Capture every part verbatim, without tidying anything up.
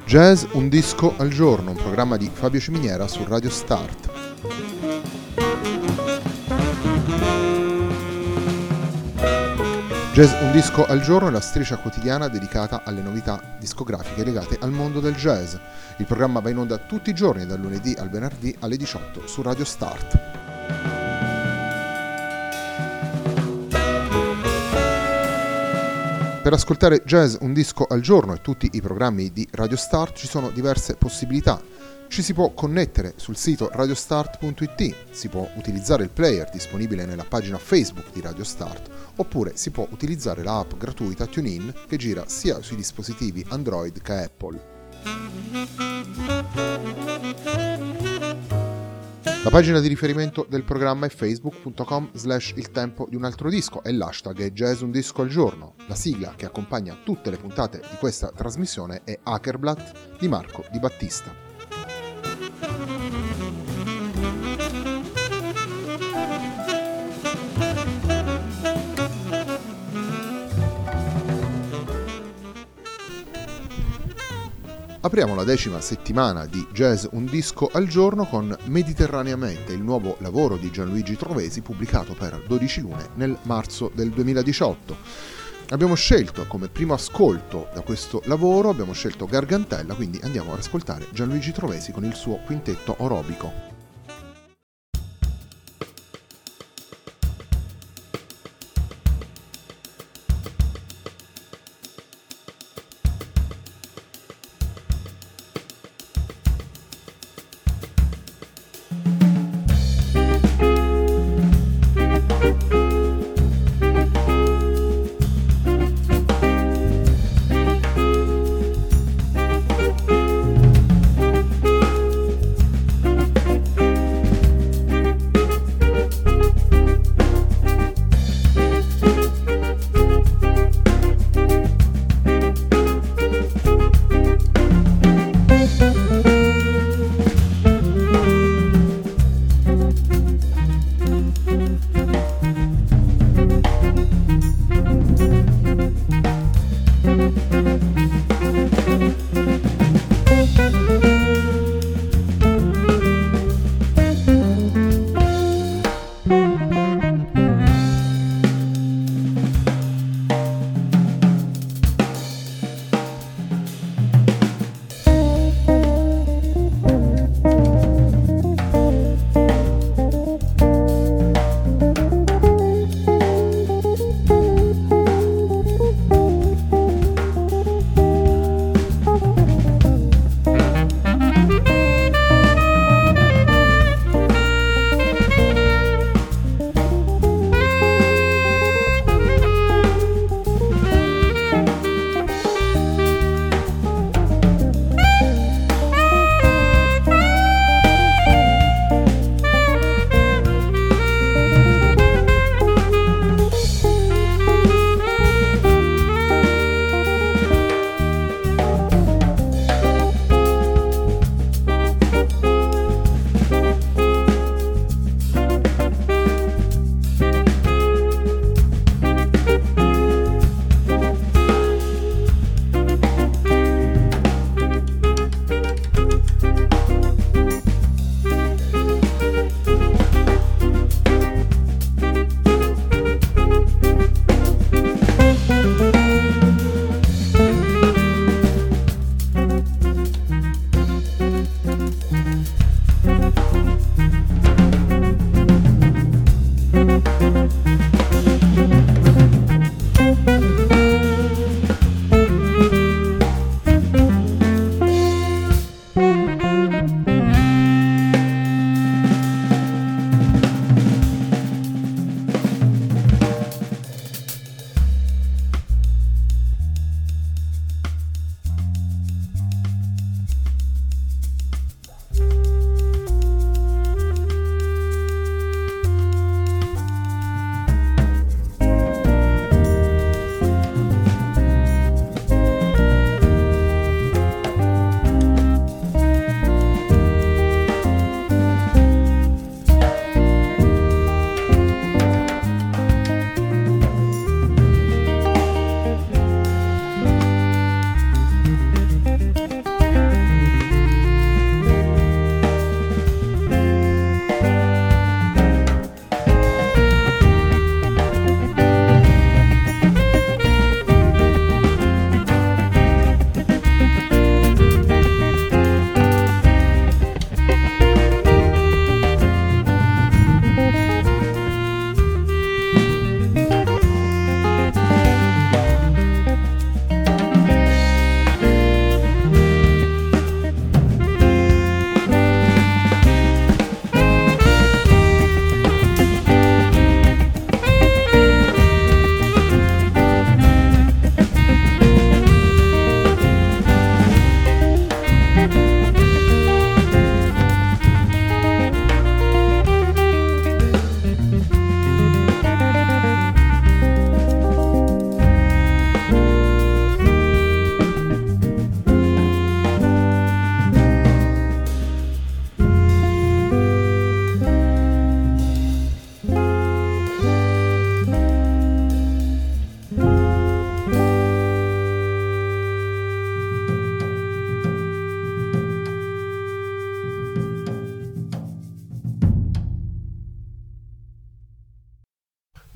Jazz Un Disco al Giorno, un programma di Fabio Ciminiera su Radio Start. Jazz Un Disco al Giorno è la striscia quotidiana dedicata alle novità discografiche legate al mondo del jazz. Il programma va in onda tutti i giorni, dal lunedì al venerdì alle diciotto su Radio Start. Per ascoltare Jazz Un Disco al Giorno e tutti i programmi di Radio Start ci sono diverse possibilità. Ci si può connettere sul sito radiostart punto it, si può utilizzare il player disponibile nella pagina Facebook di Radio Start, oppure si può utilizzare la app gratuita TuneIn che gira sia sui dispositivi Android che Apple. La pagina di riferimento del programma è facebook punto com slash il tempo di un altro disco e l'hashtag è Jazz Un Disco al Giorno. La sigla che accompagna tutte le puntate di questa trasmissione è Hackerblatt di Marco Di Battista. Apriamo la decima settimana di Jazz Un Disco al Giorno con Mediterraneamente, il nuovo lavoro di Gianluigi Trovesi pubblicato per dodici Lune nel marzo del duemiladiciotto. Abbiamo scelto come primo ascolto da questo lavoro, abbiamo scelto Gargantella, quindi andiamo ad ascoltare Gianluigi Trovesi con il suo quintetto orobico.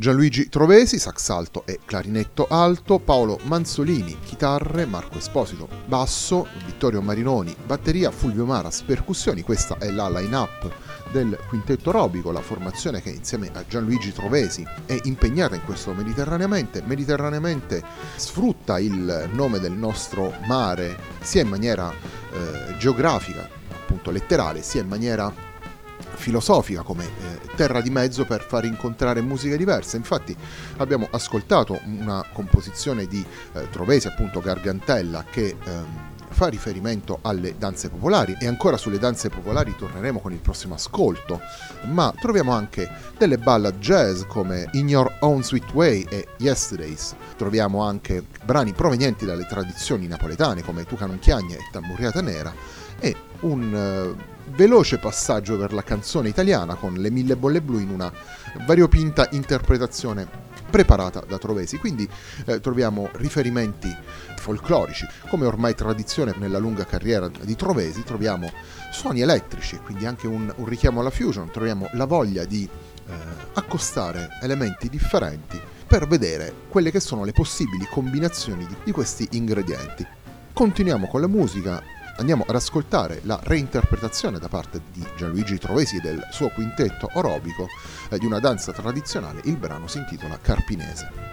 Gianluigi Trovesi, sax alto e clarinetto alto, Paolo Manzolini, chitarre, Marco Esposito, basso, Vittorio Marinoni, batteria, Fulvio Maras, percussioni. Questa è la line-up del Quintetto Orobico, la formazione che insieme a Gianluigi Trovesi è impegnata in questo Mediterraneamente. Mediterraneamente sfrutta il nome del nostro mare sia in maniera eh, geografica, appunto letterale, sia in maniera filosofica, come eh, terra di mezzo per far incontrare musiche diverse. Infatti abbiamo ascoltato una composizione di eh, Trovesi, appunto Gargantella, che ehm, fa riferimento alle danze popolari, e ancora sulle danze popolari torneremo con il prossimo ascolto, ma troviamo anche delle ballad jazz come In Your Own Sweet Way e Yesterdays. Troviamo anche brani provenienti dalle tradizioni napoletane come Tu Canunchiagne e Tamburiata Nera, e un uh, veloce passaggio per la canzone italiana con Le Mille Bolle Blu in una variopinta interpretazione preparata da Trovesi. Quindi eh, troviamo riferimenti folclorici, come ormai tradizione nella lunga carriera di Trovesi. Troviamo suoni elettrici, quindi anche un, un richiamo alla fusion. Troviamo la voglia di eh, accostare elementi differenti per vedere quelle che sono le possibili combinazioni di, di questi ingredienti. Continuiamo con la musica. Andiamo ad ascoltare la reinterpretazione da parte di Gianluigi Trovesi e del suo Quintetto Orobico eh, di una danza tradizionale. Il brano si intitola Carpinese.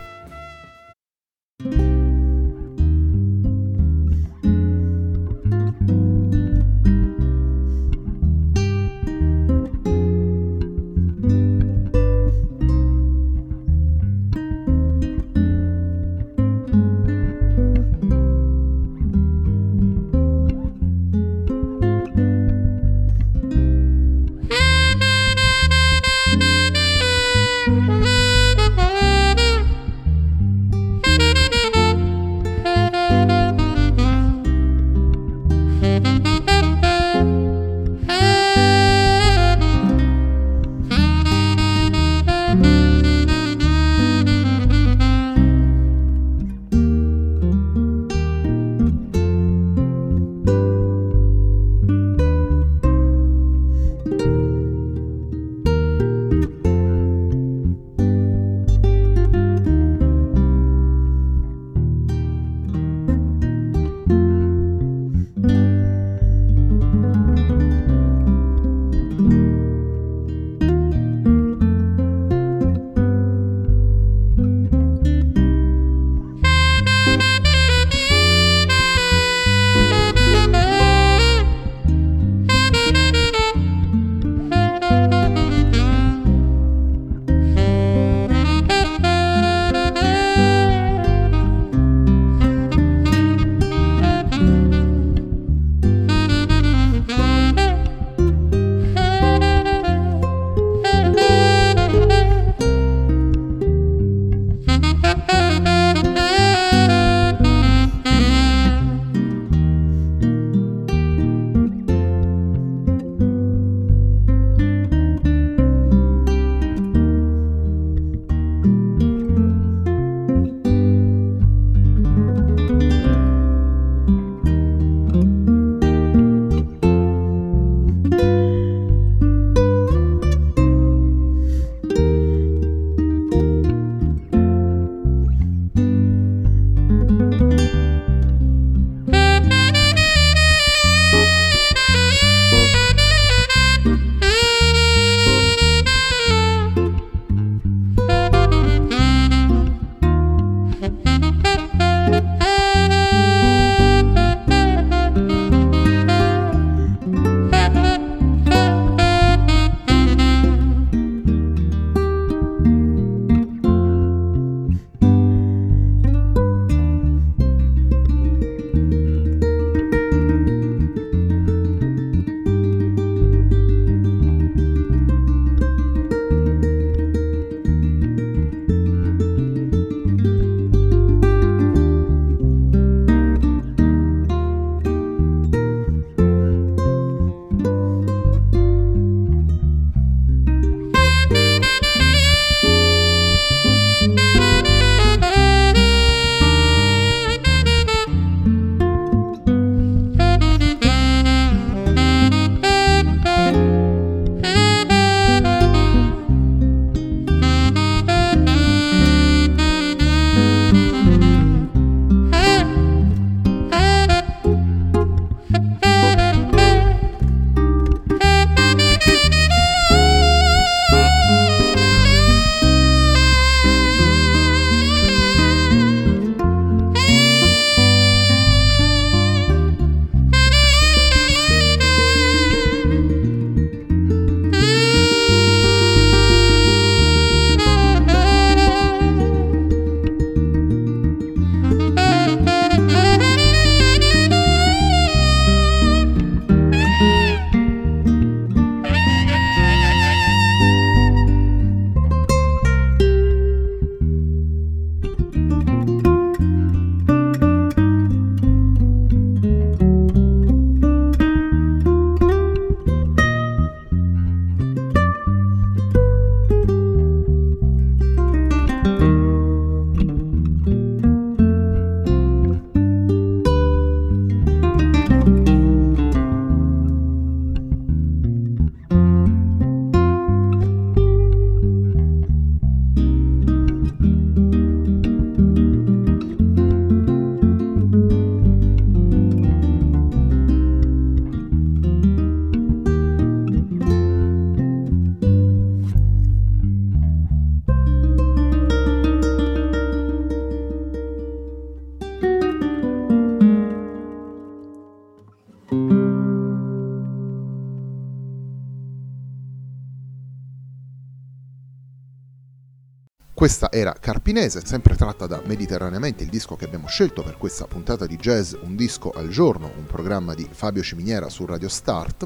Questa era Carpinese, sempre tratta da Mediterraneamente, il disco che abbiamo scelto per questa puntata di Jazz Un Disco al Giorno, un programma di Fabio Ciminiera su Radio Start.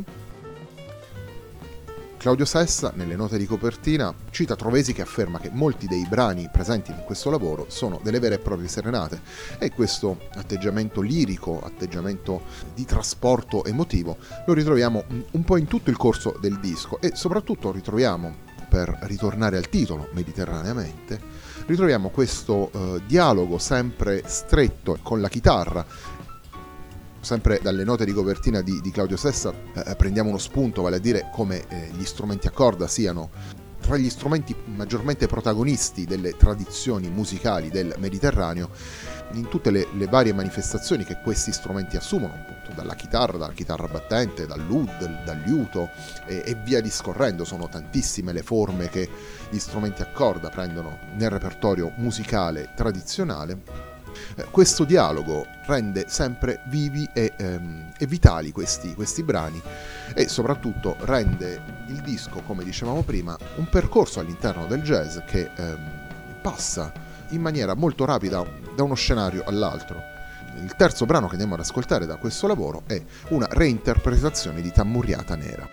Claudio Sessa, nelle note di copertina, cita Trovesi che afferma che molti dei brani presenti in questo lavoro sono delle vere e proprie serenate, e questo atteggiamento lirico, atteggiamento di trasporto emotivo, lo ritroviamo un po' in tutto il corso del disco, e soprattutto ritroviamo, per ritornare al titolo, Mediterraneamente, ritroviamo questo eh, dialogo sempre stretto con la chitarra. Sempre dalle note di copertina di, di Claudio Sessa eh, prendiamo uno spunto, vale a dire come eh, gli strumenti a corda siano tra gli strumenti maggiormente protagonisti delle tradizioni musicali del Mediterraneo, in tutte le, le varie manifestazioni che questi strumenti assumono, appunto dalla chitarra, dalla chitarra battente, dall'oud, dal liuto e, e via discorrendo. Sono tantissime le forme che gli strumenti a corda prendono nel repertorio musicale tradizionale. Eh, questo dialogo rende sempre vivi e, ehm, e vitali questi, questi brani, e soprattutto rende il disco, come dicevamo prima, un percorso all'interno del jazz che ehm, passa in maniera molto rapida da uno scenario all'altro. Il terzo brano che andiamo ad ascoltare da questo lavoro è una reinterpretazione di Tammurriata Nera.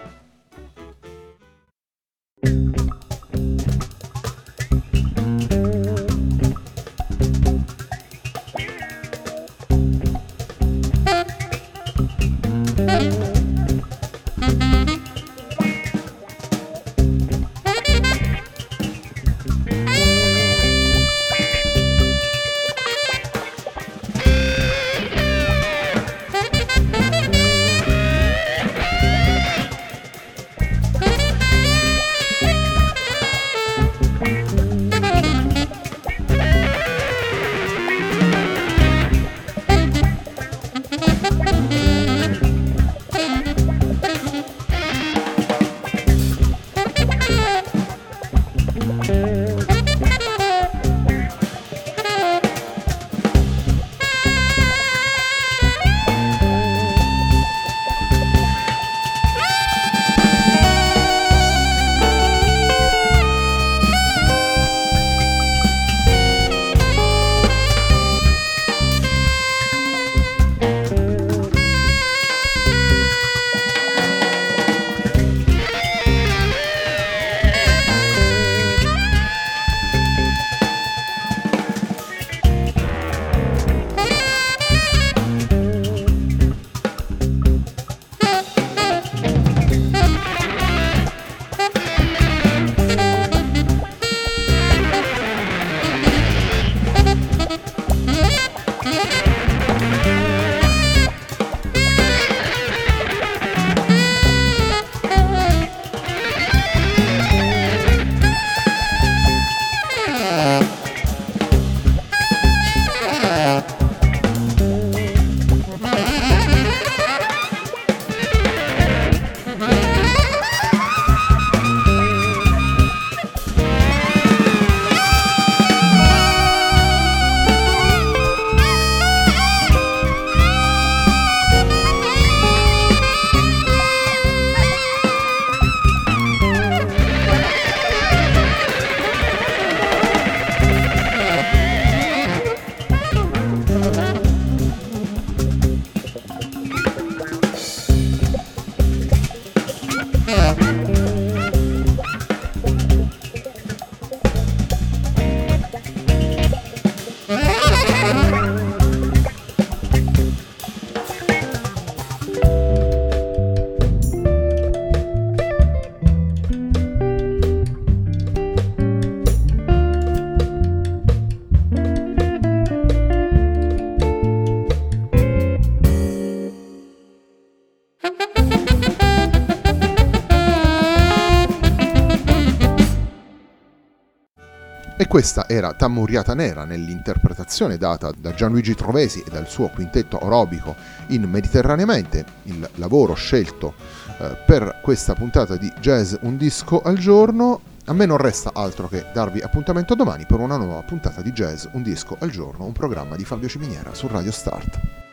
E questa era Tammurriata Nera nell'interpretazione data da Gianluigi Trovesi e dal suo quintetto orobico in Mediterraneamente, il lavoro scelto eh, per questa puntata di Jazz Un Disco al Giorno. A me non resta altro che darvi appuntamento domani per una nuova puntata di Jazz Un Disco al Giorno, un programma di Fabio Ciminiera su Radio Start.